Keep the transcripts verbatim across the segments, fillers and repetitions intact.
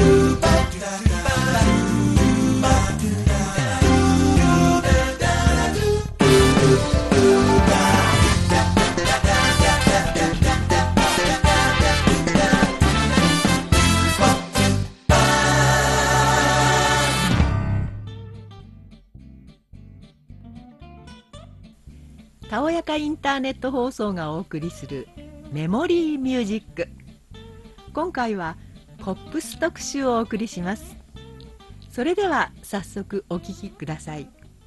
たおやかインターネット放送がお送りするメモリーミュージック。今回はポップス特集をお送りします。それでは早速お聴きください。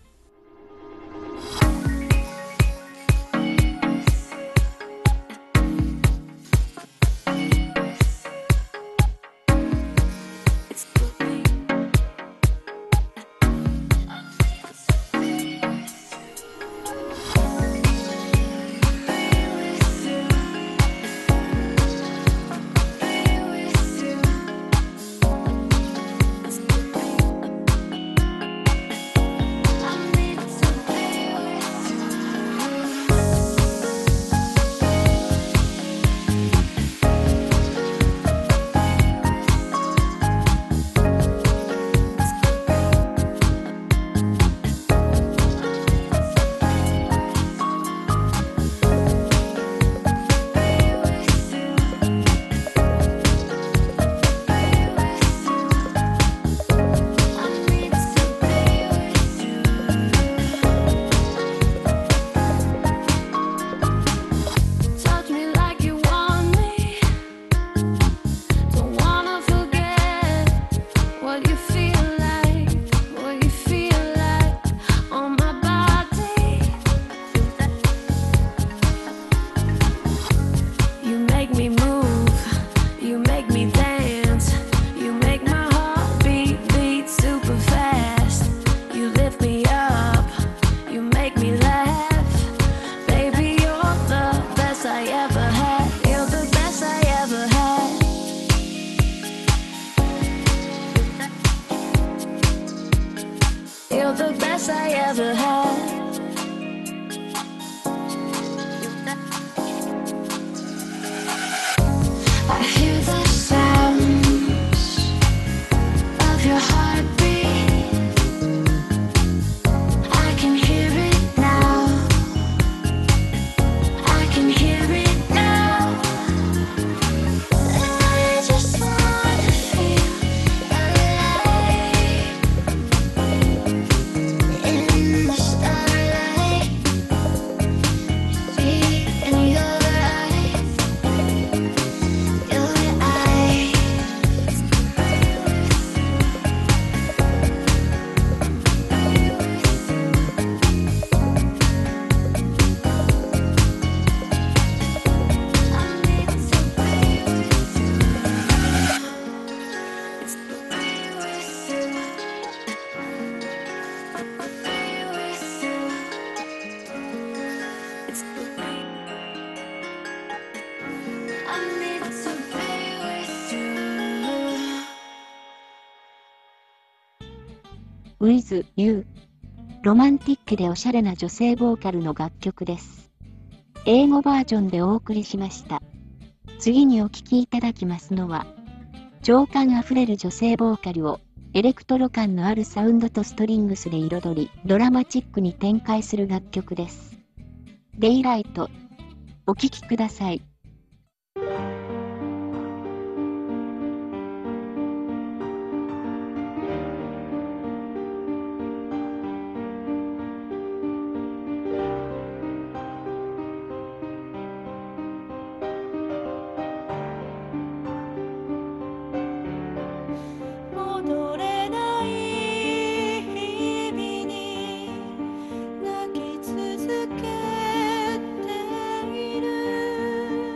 You're the best I ever had. I hear the sounds of your heartbeat. I can hear it now. I can hear it now. I just want to feel alive in the starlight. See in your eyes, your eyes. I need to be with you. It's to be with you. Be with you. It's to be. I need to be with you. With You ロマンティックでおしゃれな女性ボーカルの楽曲です。英語バージョンでお送りしました。次にお聴きいただきますのは、情感あふれる女性ボーカルをエレクトロ感のあるサウンドとストリングスで彩り、ドラマチックに展開する楽曲です。デイライト、お聴きください。 戻れない日々に泣き続けている。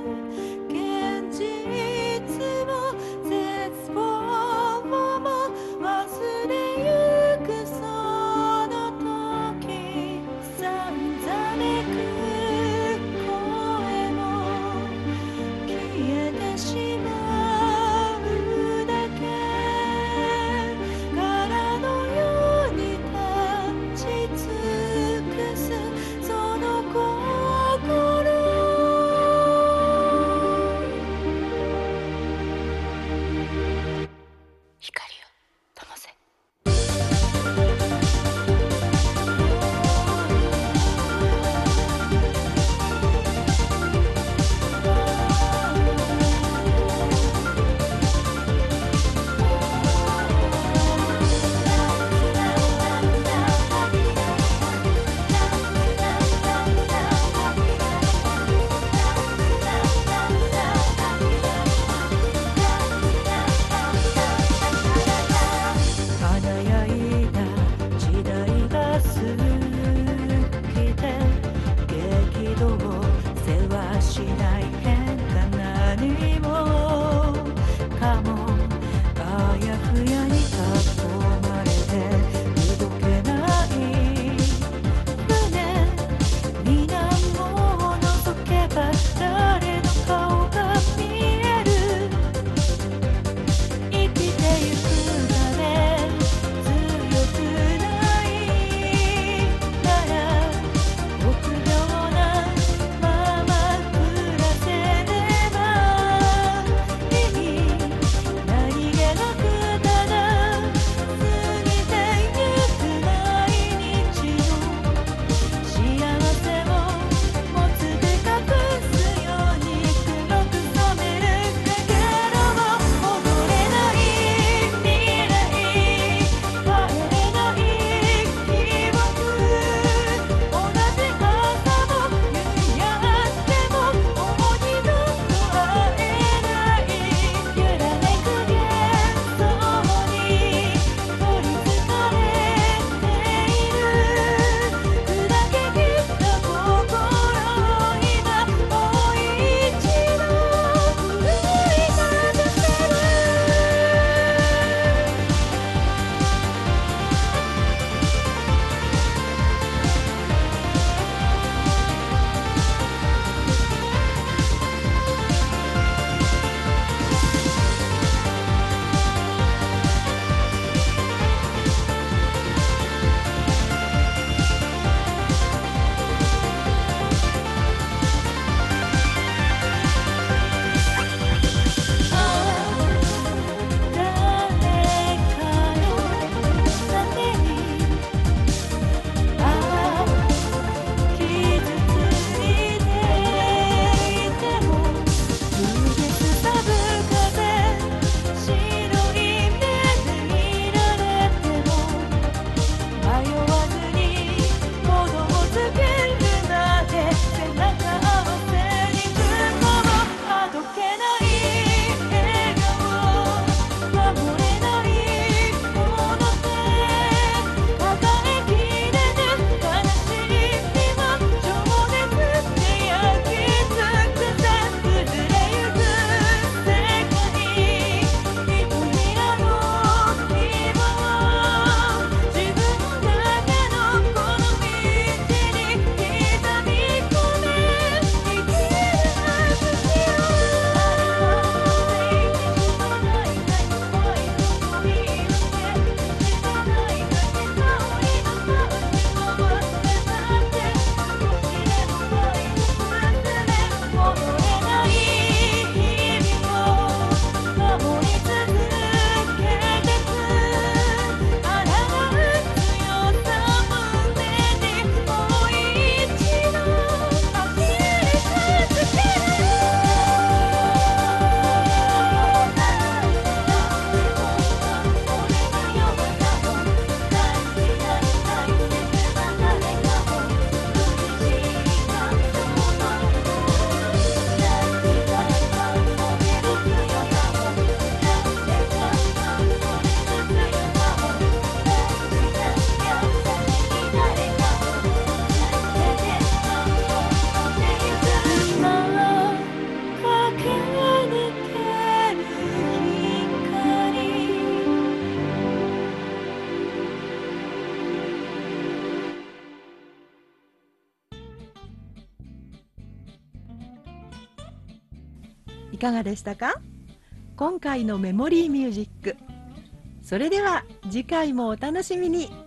いかがでしたか？今回のメモリーミュージック。それでは次回もお楽しみに。